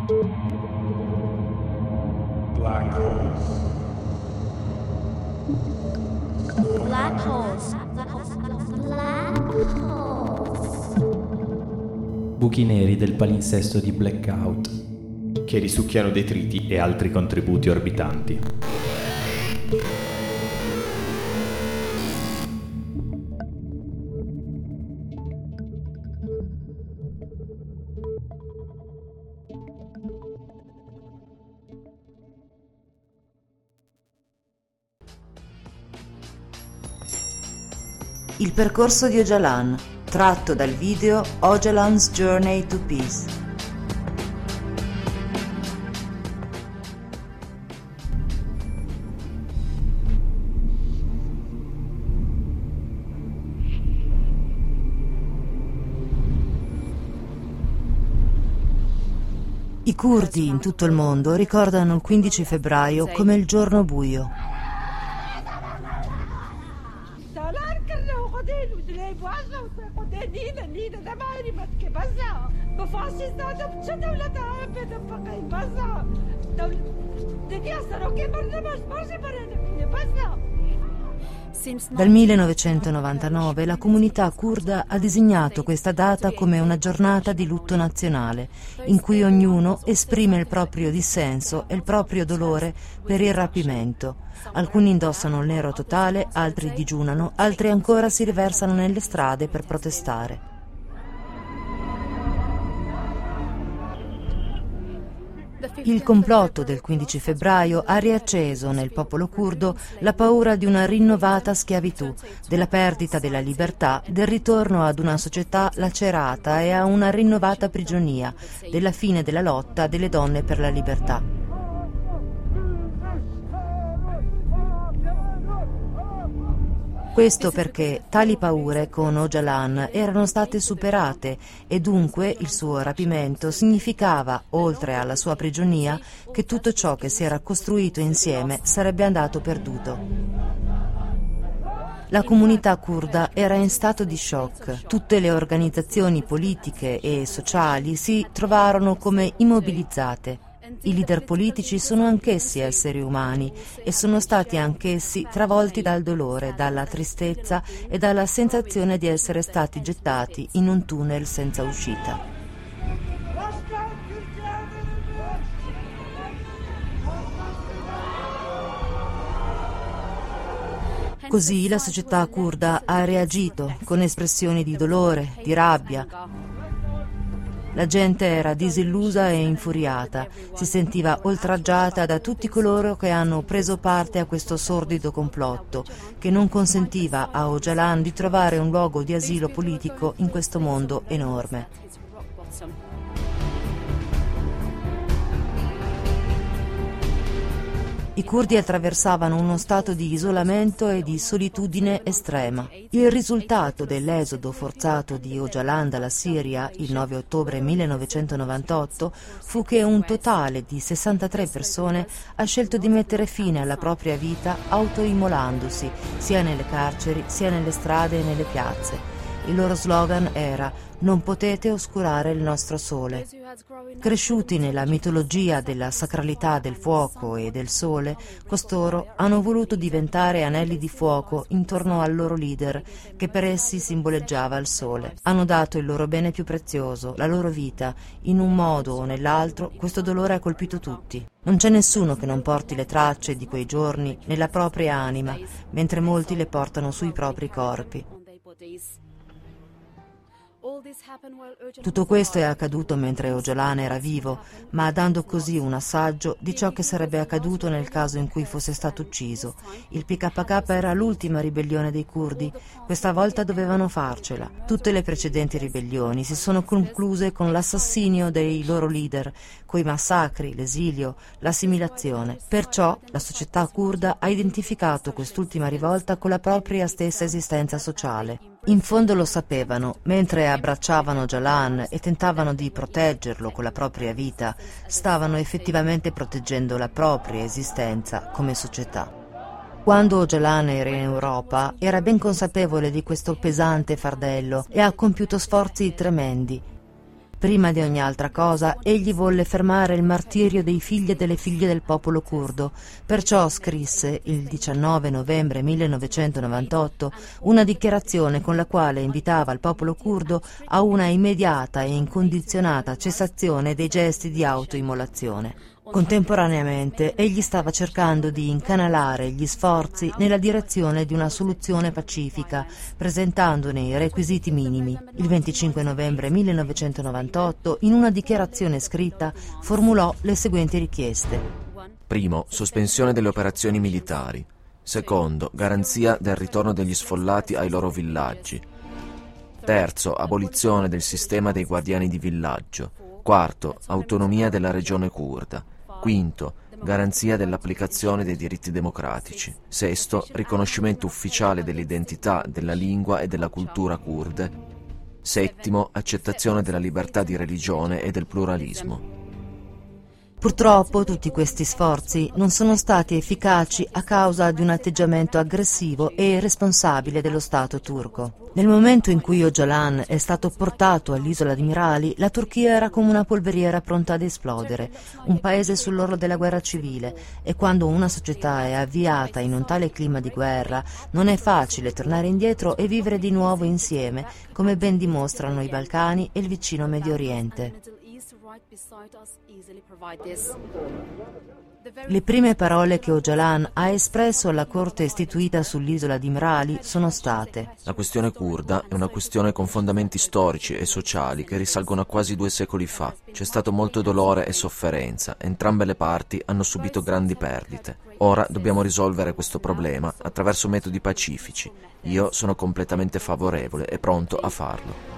Black holes. Black holes. Black holes. Buchi neri del palinsesto di Blackout, che risucchiano detriti e altri contributi orbitanti. Il percorso di Öcalan, tratto dal video Öcalan's Journey to Peace. I curdi in tutto il mondo ricordano il 15 febbraio come il giorno buio. Dal 1999 la comunità curda ha designato questa data come una giornata di lutto nazionale, in cui ognuno esprime il proprio dissenso e il proprio dolore per il rapimento. Alcuni indossano il nero totale, altri digiunano, altri ancora si riversano nelle strade per protestare. Il complotto del 15 febbraio ha riacceso nel popolo curdo la paura di una rinnovata schiavitù, della perdita della libertà, del ritorno ad una società lacerata e a una rinnovata prigionia, della fine della lotta delle donne per la libertà. Questo perché tali paure con Öcalan erano state superate e dunque il suo rapimento significava, oltre alla sua prigionia, che tutto ciò che si era costruito insieme sarebbe andato perduto. La comunità curda era in stato di shock. Tutte le organizzazioni politiche e sociali si trovarono come immobilizzate. I leader politici sono anch'essi esseri umani e sono stati anch'essi travolti dal dolore, dalla tristezza e dalla sensazione di essere stati gettati in un tunnel senza uscita. Così la società curda ha reagito con espressioni di dolore, di rabbia. La gente era disillusa e infuriata, si sentiva oltraggiata da tutti coloro che hanno preso parte a questo sordido complotto, che non consentiva a Öcalan di trovare un luogo di asilo politico in questo mondo enorme. I curdi attraversavano uno stato di isolamento e di solitudine estrema. Il risultato dell'esodo forzato di Öcalan dalla Siria il 9 ottobre 1998 fu che un totale di 63 persone ha scelto di mettere fine alla propria vita autoimmolandosi, sia nelle carceri, sia nelle strade e nelle piazze. Il loro slogan era «Non potete oscurare il nostro sole». Cresciuti nella mitologia della sacralità del fuoco e del sole, costoro hanno voluto diventare anelli di fuoco intorno al loro leader, che per essi simboleggiava il sole. Hanno dato il loro bene più prezioso, la loro vita. In un modo o nell'altro, questo dolore ha colpito tutti. Non c'è nessuno che non porti le tracce di quei giorni nella propria anima, mentre molti le portano sui propri corpi. Tutto questo è accaduto mentre Öcalan era vivo, ma dando così un assaggio di ciò che sarebbe accaduto nel caso in cui fosse stato ucciso. Il PKK era l'ultima ribellione dei curdi, questa volta dovevano farcela. Tutte le precedenti ribellioni si sono concluse con l'assassinio dei loro leader, coi massacri, l'esilio, l'assimilazione. Perciò la società curda ha identificato quest'ultima rivolta con la propria stessa esistenza sociale. In fondo lo sapevano, mentre abbracciavano Öcalan e tentavano di proteggerlo con la propria vita, stavano effettivamente proteggendo la propria esistenza come società. Quando Öcalan era in Europa, era ben consapevole di questo pesante fardello e ha compiuto sforzi tremendi. Prima di ogni altra cosa, egli volle fermare il martirio dei figli e delle figlie del popolo curdo. Perciò scrisse, il 19 novembre 1998, una dichiarazione con la quale invitava il popolo curdo a una immediata e incondizionata cessazione dei gesti di autoimmolazione. Contemporaneamente, egli stava cercando di incanalare gli sforzi nella direzione di una soluzione pacifica, presentandone i requisiti minimi. Il 25 novembre 1998, in una dichiarazione scritta, formulò le seguenti richieste. Primo, sospensione delle operazioni militari. Secondo, garanzia del ritorno degli sfollati ai loro villaggi. Terzo, abolizione del sistema dei guardiani di villaggio. Quarto, autonomia della regione curda. Quinto, garanzia dell'applicazione dei diritti democratici. Sesto, riconoscimento ufficiale dell'identità, della lingua e della cultura kurde. Settimo, accettazione della libertà di religione e del pluralismo. Purtroppo tutti questi sforzi non sono stati efficaci a causa di un atteggiamento aggressivo e irresponsabile dello Stato turco. Nel momento in cui Öcalan è stato portato all'isola di Mirali, la Turchia era come una polveriera pronta ad esplodere, un paese sull'orlo della guerra civile, e quando una società è avviata in un tale clima di guerra non è facile tornare indietro e vivere di nuovo insieme, come ben dimostrano i Balcani e il vicino Medio Oriente. Le prime parole che Öcalan ha espresso alla corte istituita sull'isola di Mrali sono state: la questione curda è una questione con fondamenti storici e sociali che risalgono a quasi 2 secoli fa. C'è stato molto dolore e sofferenza, entrambe le parti hanno subito grandi perdite. Ora dobbiamo risolvere questo problema attraverso metodi pacifici. Io sono completamente favorevole e pronto a farlo.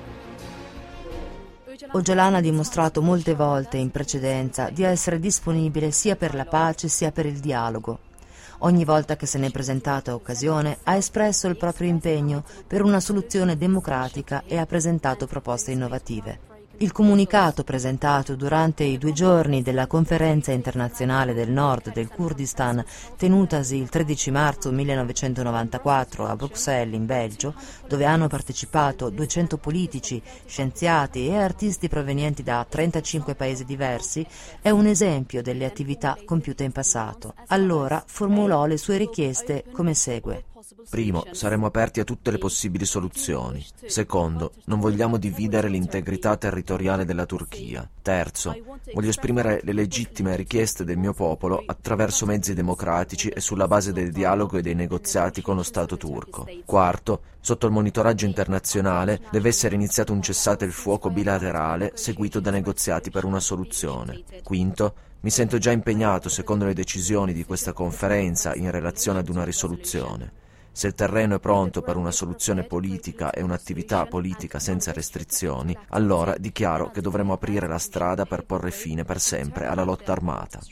Öcalan ha dimostrato molte volte in precedenza di essere disponibile sia per la pace sia per il dialogo. Ogni volta che se ne è presentata occasione ha espresso il proprio impegno per una soluzione democratica e ha presentato proposte innovative. Il comunicato presentato durante i 2 giorni della Conferenza internazionale del Nord del Kurdistan, tenutasi il 13 marzo 1994 a Bruxelles, in Belgio, dove hanno partecipato 200 politici, scienziati e artisti provenienti da 35 paesi diversi, è un esempio delle attività compiute in passato. Allora formulò le sue richieste come segue. Primo, saremo aperti a tutte le possibili soluzioni. Secondo, non vogliamo dividere l'integrità territoriale della Turchia. Terzo, voglio esprimere le legittime richieste del mio popolo attraverso mezzi democratici e sulla base del dialogo e dei negoziati con lo Stato turco. Quarto, sotto il monitoraggio internazionale deve essere iniziato un cessate il fuoco bilaterale seguito da negoziati per una soluzione. Quinto, mi sento già impegnato secondo le decisioni di questa conferenza in relazione ad una risoluzione. Se il terreno è pronto per una soluzione politica e un'attività politica senza restrizioni, allora dichiaro che dovremo aprire la strada per porre fine per sempre alla lotta armata.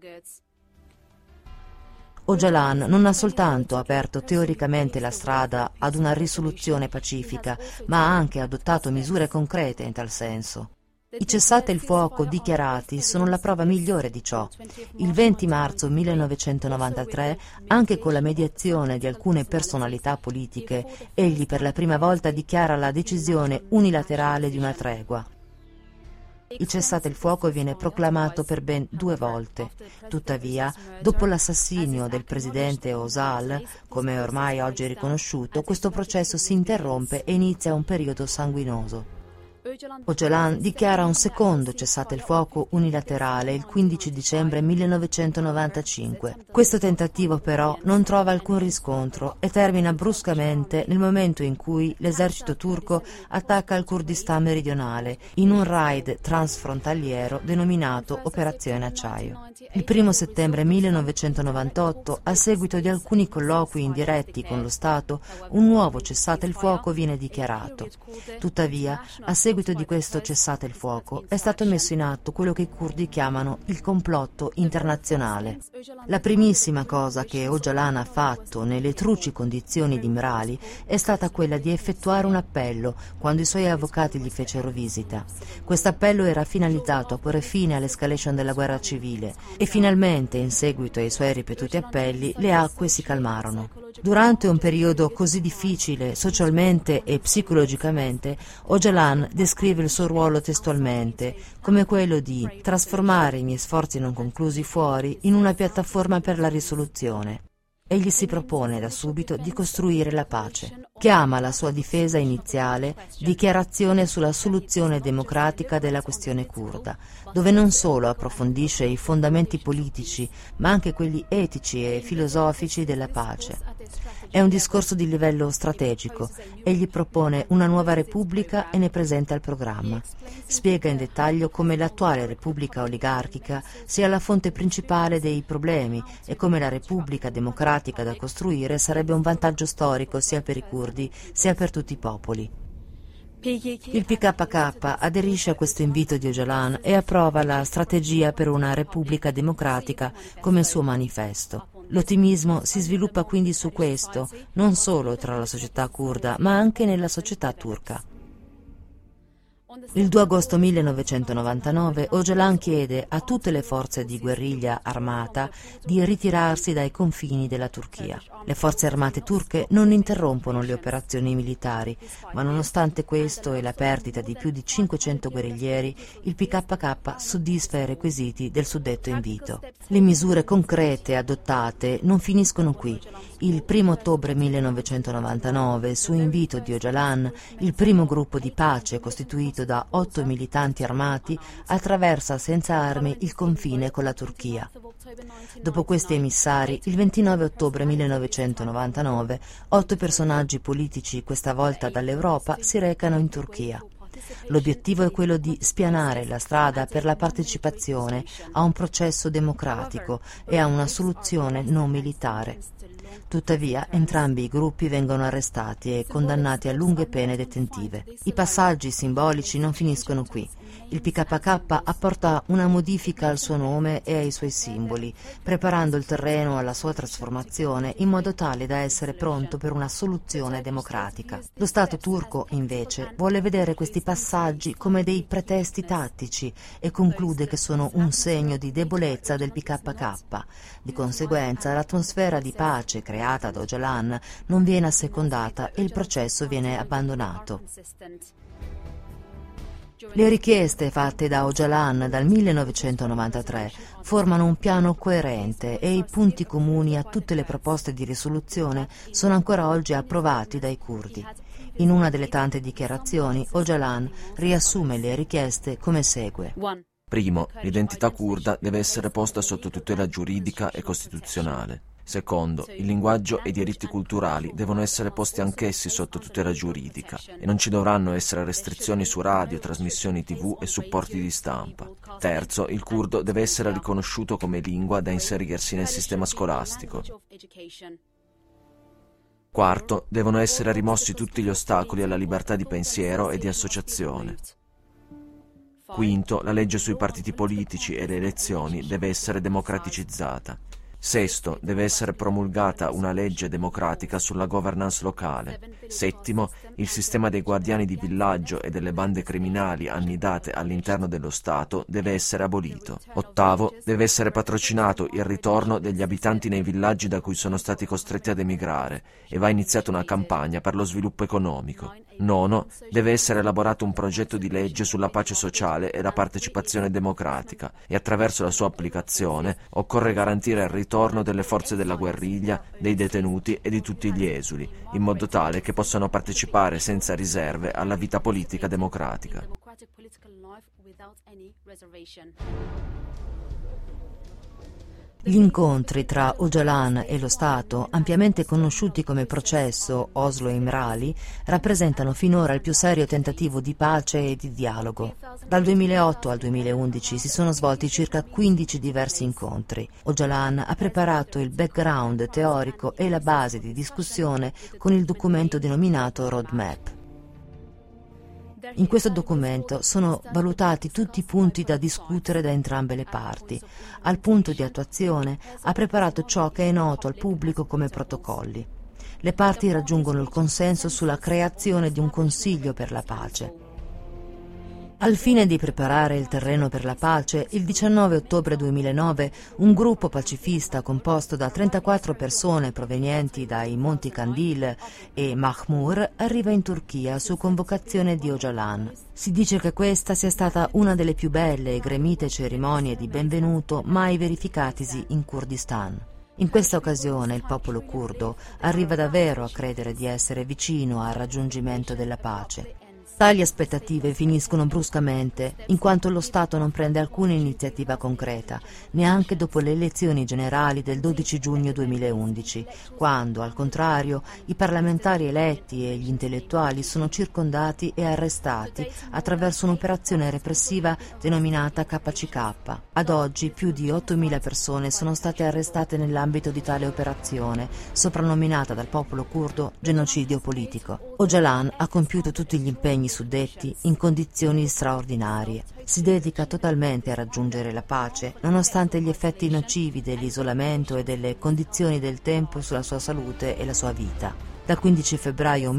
Öcalan non ha soltanto aperto teoricamente la strada ad una risoluzione pacifica, ma ha anche adottato misure concrete in tal senso. I cessate il fuoco dichiarati sono la prova migliore di ciò. Il 20 marzo 1993, anche con la mediazione di alcune personalità politiche, egli per la prima volta dichiara la decisione unilaterale di una tregua. Il cessate il fuoco viene proclamato per ben 2 volte. Tuttavia, dopo l'assassinio del presidente Özal, come ormai oggi è riconosciuto, questo processo si interrompe e inizia un periodo sanguinoso. Öcalan dichiara un secondo cessate il fuoco unilaterale il 15 dicembre 1995. Questo tentativo però non trova alcun riscontro e termina bruscamente nel momento in cui l'esercito turco attacca il Kurdistan meridionale in un raid transfrontaliero denominato Operazione Acciaio. Il 1 settembre 1998, a seguito di alcuni colloqui indiretti con lo Stato, un nuovo cessate il fuoco viene dichiarato. Tuttavia, a seguito di questo cessate il fuoco è stato messo in atto quello che i curdi chiamano il complotto internazionale. La primissima cosa che Öcalan ha fatto nelle truci condizioni di Mrali è stata quella di effettuare un appello quando i suoi avvocati gli fecero visita. Questo appello era finalizzato a porre fine all'escalation della guerra civile e finalmente, in seguito ai suoi ripetuti appelli, le acque si calmarono. Durante un periodo così difficile socialmente e psicologicamente, Öcalan Descrive il suo ruolo testualmente come quello di trasformare i miei sforzi non conclusi fuori in una piattaforma per la risoluzione. Egli si propone da subito di costruire la pace. Chiama la sua difesa iniziale Dichiarazione sulla soluzione democratica della questione curda, dove non solo approfondisce i fondamenti politici, ma anche quelli etici e filosofici della pace. È un discorso di livello strategico. Egli propone una nuova repubblica e ne presenta il programma. Spiega in dettaglio come l'attuale repubblica oligarchica sia la fonte principale dei problemi e come la repubblica democratica da costruire sarebbe un vantaggio storico sia per i curdi sia per tutti i popoli. Il PKK aderisce a questo invito di Öcalan e approva la strategia per una repubblica democratica come suo manifesto. L'ottimismo si sviluppa quindi su questo, non solo tra la società curda, ma anche nella società turca. Il 2 agosto 1999 Öcalan chiede a tutte le forze di guerriglia armata di ritirarsi dai confini della Turchia. Le forze armate turche non interrompono le operazioni militari, ma nonostante questo e la perdita di più di 500 guerriglieri, il PKK soddisfa i requisiti del suddetto invito. Le misure concrete adottate non finiscono qui. Il 1 ottobre 1999, su invito di Öcalan, il primo gruppo di pace costituito da 8 militanti armati attraversa senza armi il confine con la Turchia. Dopo questi emissari, il 29 ottobre 1999, 8 personaggi politici, questa volta dall'Europa, si recano in Turchia. L'obiettivo è quello di spianare la strada per la partecipazione a un processo democratico e a una soluzione non militare. Tuttavia, entrambi i gruppi vengono arrestati e condannati a lunghe pene detentive. I passaggi simbolici non finiscono qui. Il PKK apporta una modifica al suo nome e ai suoi simboli, preparando il terreno alla sua trasformazione in modo tale da essere pronto per una soluzione democratica. Lo Stato turco, invece, vuole vedere questi passaggi come dei pretesti tattici e conclude che sono un segno di debolezza del PKK. Di conseguenza, l'atmosfera di pace creata da Öcalan non viene assecondata e il processo viene abbandonato. Le richieste fatte da Öcalan dal 1993 formano un piano coerente e i punti comuni a tutte le proposte di risoluzione sono ancora oggi approvati dai curdi. In una delle tante dichiarazioni, Öcalan riassume le richieste come segue. Primo, l'identità curda deve essere posta sotto tutela giuridica e costituzionale. Secondo, il linguaggio e i diritti culturali devono essere posti anch'essi sotto tutela giuridica e non ci dovranno essere restrizioni su radio, trasmissioni TV e supporti di stampa. Terzo, il curdo deve essere riconosciuto come lingua da inserirsi nel sistema scolastico. Quarto, devono essere rimossi tutti gli ostacoli alla libertà di pensiero e di associazione. Quinto, la legge sui partiti politici e le elezioni deve essere democraticizzata. Sesto, deve essere promulgata una legge democratica sulla governance locale. Settimo, il sistema dei guardiani di villaggio e delle bande criminali annidate all'interno dello Stato deve essere abolito. Ottavo, deve essere patrocinato il ritorno degli abitanti nei villaggi da cui sono stati costretti ad emigrare e va iniziata una campagna per lo sviluppo economico. Nono, deve essere elaborato un progetto di legge sulla pace sociale e la partecipazione democratica e attraverso la sua applicazione occorre garantire il ritorno delle forze della guerriglia, dei detenuti e di tutti gli esuli, in modo tale che possano partecipare senza riserve alla vita politica democratica. Gli incontri tra Öcalan e lo Stato, ampiamente conosciuti come processo Oslo-Imrali, rappresentano finora il più serio tentativo di pace e di dialogo. Dal 2008 al 2011 si sono svolti circa 15 diversi incontri. Öcalan ha preparato il background teorico e la base di discussione con il documento denominato Roadmap. In questo documento sono valutati tutti i punti da discutere da entrambe le parti. Al punto di attuazione ha preparato ciò che è noto al pubblico come protocolli. Le parti raggiungono il consenso sulla creazione di un Consiglio per la pace. Al fine di preparare il terreno per la pace, il 19 ottobre 2009 un gruppo pacifista composto da 34 persone provenienti dai Monti Kandil e Mahmur arriva in Turchia su convocazione di Öcalan. Si dice che questa sia stata una delle più belle e gremite cerimonie di benvenuto mai verificatisi in Kurdistan. In questa occasione il popolo curdo arriva davvero a credere di essere vicino al raggiungimento della pace. Tali aspettative finiscono bruscamente, in quanto lo Stato non prende alcuna iniziativa concreta, neanche dopo le elezioni generali del 12 giugno 2011, quando, al contrario, i parlamentari eletti e gli intellettuali sono circondati e arrestati attraverso un'operazione repressiva denominata KCK. Ad oggi più di 8.000 persone sono state arrestate nell'ambito di tale operazione, soprannominata dal popolo curdo genocidio politico. Öcalan ha compiuto tutti gli impegni suddetti in condizioni straordinarie. Si dedica totalmente a raggiungere la pace, nonostante gli effetti nocivi dell'isolamento e delle condizioni del tempo sulla sua salute e la sua vita. Dal 15 febbraio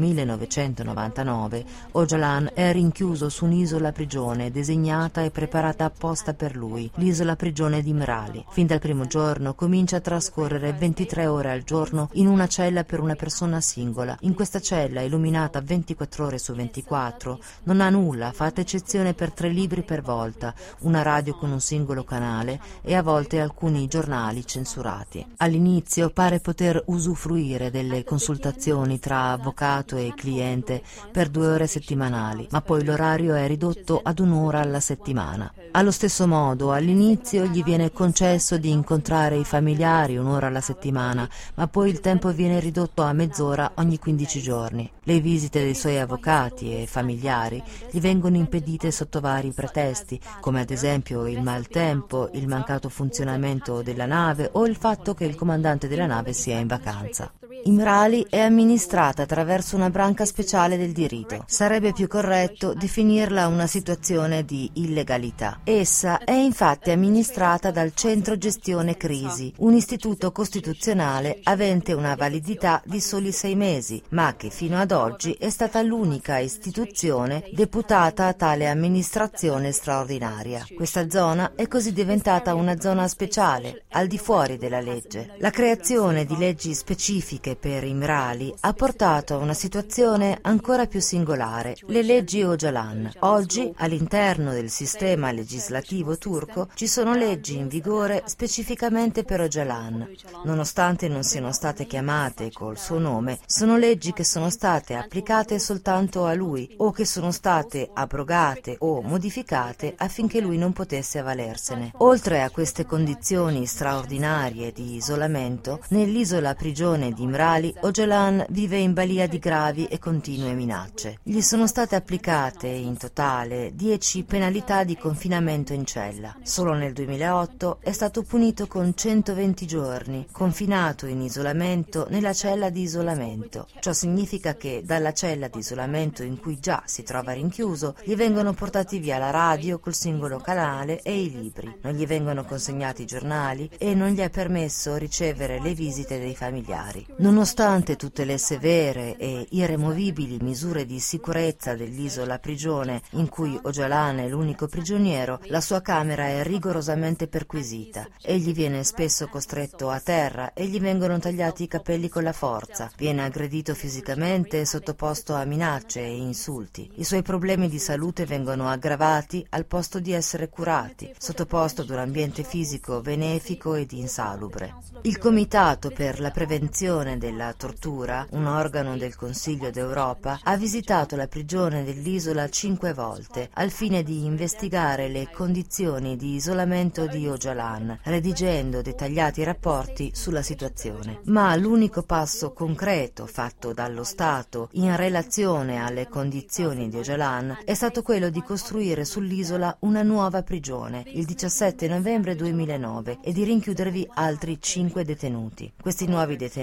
1999 Öcalan è rinchiuso su un'isola prigione designata e preparata apposta per lui, l'isola prigione di Imrali. Fin dal primo giorno comincia a trascorrere 23 ore al giorno in una cella per una persona singola. In questa cella, illuminata 24 ore su 24, non ha nulla, fatta eccezione per 3 libri per volta, una radio con un singolo canale e a volte alcuni giornali censurati. All'inizio pare poter usufruire delle consultazioni tra avvocato e cliente per 2 ore settimanali, ma poi l'orario è ridotto ad 1 ora alla settimana. Allo stesso modo, all'inizio gli viene concesso di incontrare i familiari 1 ora alla settimana, ma poi il tempo viene ridotto a mezz'ora ogni 15 giorni. Le visite dei suoi avvocati e familiari gli vengono impedite sotto vari pretesti, come ad esempio il maltempo, il mancato funzionamento della nave o il fatto che il comandante della nave sia in vacanza. Imrali è amministrata attraverso una branca speciale del diritto. Sarebbe più corretto definirla una situazione di illegalità. Essa è infatti amministrata dal Centro Gestione Crisi, un istituto costituzionale avente una validità di soli 6 mesi, ma che fino ad oggi è stata l'unica istituzione deputata a tale amministrazione straordinaria. Questa zona è così diventata una zona speciale, al di fuori della legge. La creazione di leggi specifiche per Imrali ha portato a una situazione ancora più singolare, le leggi Öcalan. Oggi, all'interno del sistema legislativo turco, ci sono leggi in vigore specificamente per Öcalan. Nonostante non siano state chiamate col suo nome, sono leggi che sono state applicate soltanto a lui o che sono state abrogate o modificate affinché lui non potesse avvalersene. Oltre a queste condizioni straordinarie di isolamento, nell'isola prigione di Imrali Öcalan vive in balia di gravi e continue minacce. Gli sono state applicate in totale 10 penalità di confinamento in cella. Solo nel 2008 è stato punito con 120 giorni, confinato in isolamento nella cella di isolamento. Ciò significa che dalla cella di isolamento in cui già si trova rinchiuso gli vengono portati via la radio col singolo canale e i libri. Non gli vengono consegnati i giornali e non gli è permesso ricevere le visite dei familiari. Nonostante tutte le severe e irremovibili misure di sicurezza dell'isola prigione in cui Öcalan è l'unico prigioniero, la sua camera è rigorosamente perquisita. Egli viene spesso costretto a terra e gli vengono tagliati i capelli con la forza. Viene aggredito fisicamente e sottoposto a minacce e insulti. I suoi problemi di salute vengono aggravati al posto di essere curati, sottoposto ad un ambiente fisico benefico ed insalubre. Il Comitato per la prevenzione della tortura, un organo del Consiglio d'Europa, ha visitato la prigione dell'isola 5 volte al fine di investigare le condizioni di isolamento di Öcalan, redigendo dettagliati rapporti sulla situazione. Ma l'unico passo concreto fatto dallo Stato in relazione alle condizioni di Öcalan è stato quello di costruire sull'isola una nuova prigione il 17 novembre 2009 e di rinchiudervi altri 5 detenuti. Questi nuovi detenuti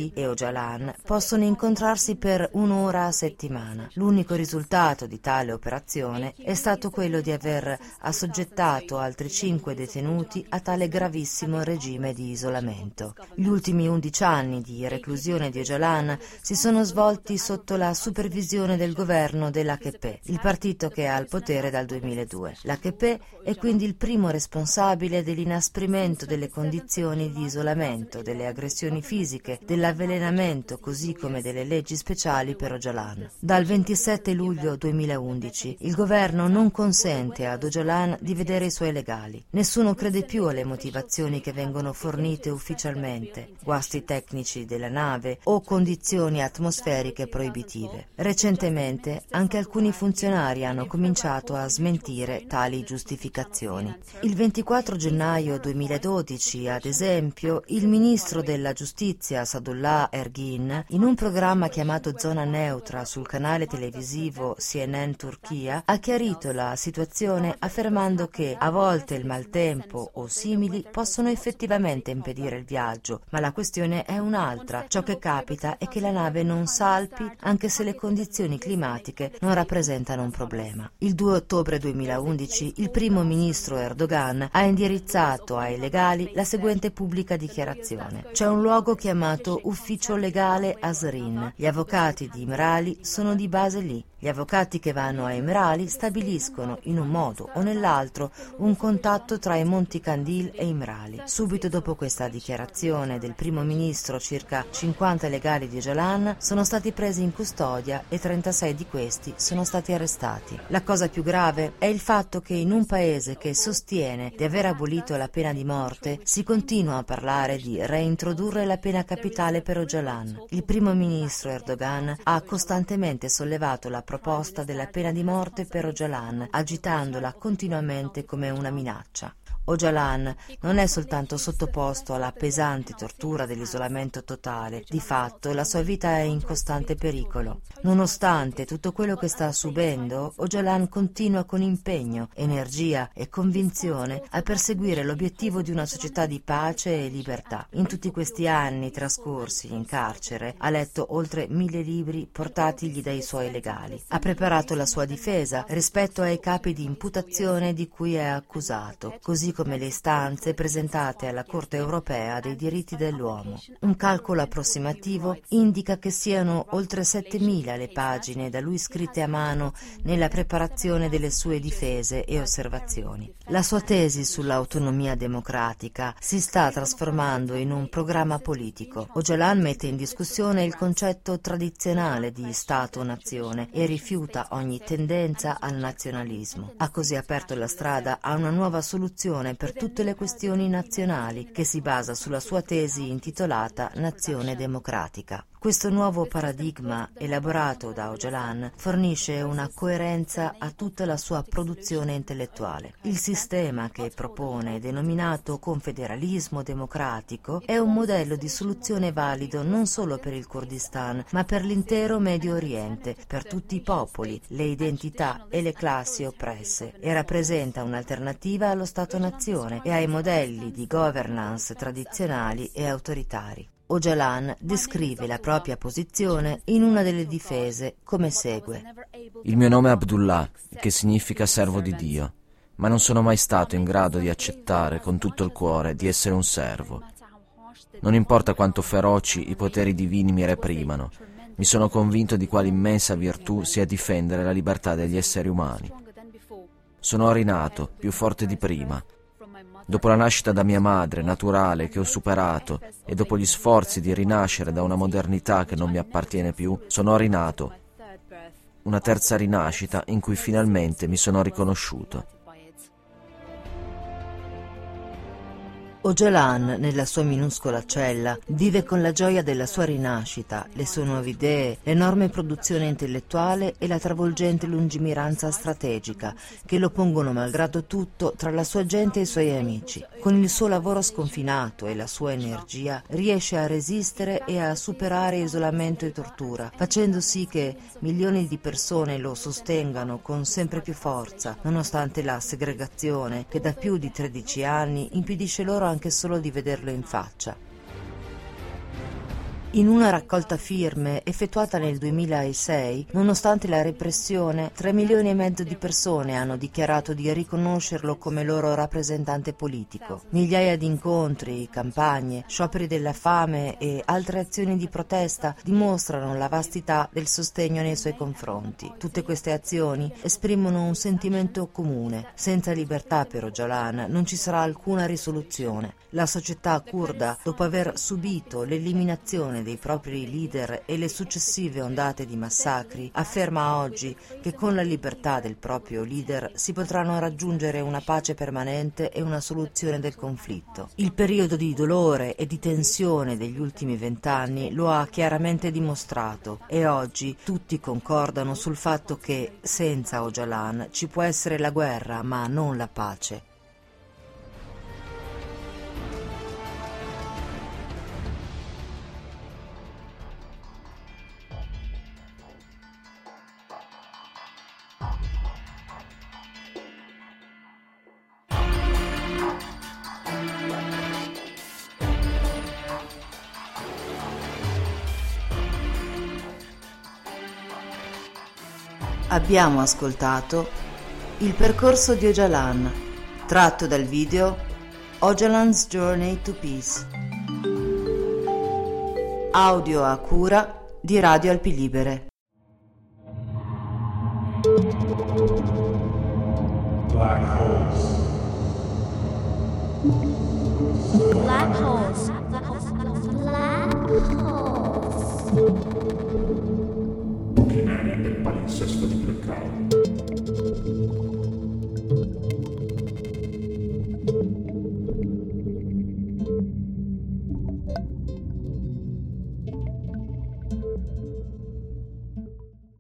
Ghezali e Öcalan possono incontrarsi per un'ora a settimana. L'unico risultato di tale operazione è stato quello di aver assoggettato altri 5 detenuti a tale gravissimo regime di isolamento. Gli ultimi 11 anni di reclusione di Öcalan si sono svolti sotto la supervisione del governo dell'AKP, il partito che è al potere dal 2002. L'AKP è quindi il primo responsabile dell'inasprimento delle condizioni di isolamento, delle aggressioni fisiche, dell'avvelenamento, così come delle leggi speciali per Öcalan. Dal 27 luglio 2011 il governo non consente ad Öcalan di vedere i suoi legali. Nessuno crede più alle motivazioni che vengono fornite ufficialmente, guasti tecnici della nave o condizioni atmosferiche proibitive. Recentemente anche alcuni funzionari hanno cominciato a smentire tali giustificazioni. Il 24 gennaio 2012, ad esempio, il ministro della giustizia Sadullah Ergin, in un programma chiamato Zona Neutra sul canale televisivo CNN Turchia, ha chiarito la situazione affermando che a volte il maltempo o simili possono effettivamente impedire il viaggio, ma la questione è un'altra. Ciò che capita è che la nave non salpi anche se le condizioni climatiche non rappresentano un problema. Il 2 ottobre 2011 il primo ministro Erdogan ha indirizzato ai legali la seguente pubblica dichiarazione. C'è un luogo chiamato Ufficio Legale Azrin. Gli avvocati di Imrali sono di base lì. Gli avvocati che vanno a Imrali stabiliscono in un modo o nell'altro un contatto tra i Monti Kandil e Imrali. Subito dopo questa dichiarazione del primo ministro, circa 50 legali di Öcalan sono stati presi in custodia e 36 di questi sono stati arrestati. La cosa più grave è il fatto che in un paese che sostiene di aver abolito la pena di morte si continua a parlare di reintrodurre la pena capitale per Öcalan. Il primo ministro Erdogan ha costantemente sollevato la proposta della pena di morte per Öcalan, agitandola continuamente come una minaccia. Öcalan non è soltanto sottoposto alla pesante tortura dell'isolamento totale, di fatto la sua vita è in costante pericolo. Nonostante tutto quello che sta subendo, Öcalan continua con impegno, energia e convinzione a perseguire l'obiettivo di una società di pace e libertà. In tutti questi anni trascorsi in carcere ha letto oltre 1000 libri portatigli dai suoi legali. Ha preparato la sua difesa rispetto ai capi di imputazione di cui è accusato, così come le istanze presentate alla Corte europea dei diritti dell'uomo. Un calcolo approssimativo indica che siano oltre 7.000 le pagine da lui scritte a mano nella preparazione delle sue difese e osservazioni. La sua tesi sull'autonomia democratica si sta trasformando in un programma politico. Öcalan mette in discussione il concetto tradizionale di Stato-nazione e rifiuta ogni tendenza al nazionalismo. Ha così aperto la strada a una nuova soluzione per tutte le questioni nazionali che si basa sulla sua tesi intitolata Nazione democratica. Questo nuovo paradigma, elaborato da Öcalan, fornisce una coerenza a tutta la sua produzione intellettuale. Il sistema che propone, denominato confederalismo democratico, è un modello di soluzione valido non solo per il Kurdistan, ma per l'intero Medio Oriente, per tutti i popoli, le identità e le classi oppresse, e rappresenta un'alternativa allo Stato-nazione e ai modelli di governance tradizionali e autoritari. Öcalan descrive la propria posizione in una delle difese come segue. Il mio nome è Abdullah, che significa servo di Dio, ma non sono mai stato in grado di accettare con tutto il cuore di essere un servo. Non importa quanto feroci i poteri divini mi reprimano, mi sono convinto di quale immensa virtù sia difendere la libertà degli esseri umani. Sono rinato, più forte di prima. Dopo la nascita da mia madre, naturale, che ho superato, e dopo gli sforzi di rinascere da una modernità che non mi appartiene più, sono rinato. Una terza rinascita in cui finalmente mi sono riconosciuto. Öcalan, nella sua minuscola cella, vive con la gioia della sua rinascita, le sue nuove idee, l'enorme produzione intellettuale e la travolgente lungimiranza strategica che lo pongono malgrado tutto tra la sua gente e i suoi amici. Con il suo lavoro sconfinato e la sua energia riesce a resistere e a superare isolamento e tortura, facendo sì che milioni di persone lo sostengano con sempre più forza, nonostante la segregazione che da più di 13 anni impedisce loro anche solo di vederlo in faccia. In una raccolta firme effettuata nel 2006, nonostante la repressione, 3 milioni e mezzo di persone hanno dichiarato di riconoscerlo come loro rappresentante politico. Migliaia di incontri, campagne, scioperi della fame e altre azioni di protesta dimostrano la vastità del sostegno nei suoi confronti. Tutte queste azioni esprimono un sentimento comune. Senza libertà per Öcalan non ci sarà alcuna risoluzione. La società curda, dopo aver subito l'eliminazione dei propri leader e le successive ondate di massacri, afferma oggi che con la libertà del proprio leader si potranno raggiungere una pace permanente e una soluzione del conflitto. Il periodo di dolore e di tensione degli ultimi 20 anni lo ha chiaramente dimostrato e oggi tutti concordano sul fatto che senza Öcalan ci può essere la guerra ma non la pace. Abbiamo ascoltato Il percorso di Öcalan, tratto dal video Öcalan's Journey to Peace. Audio a cura di Radio Alpi Libere. Black holes. Black holes. Black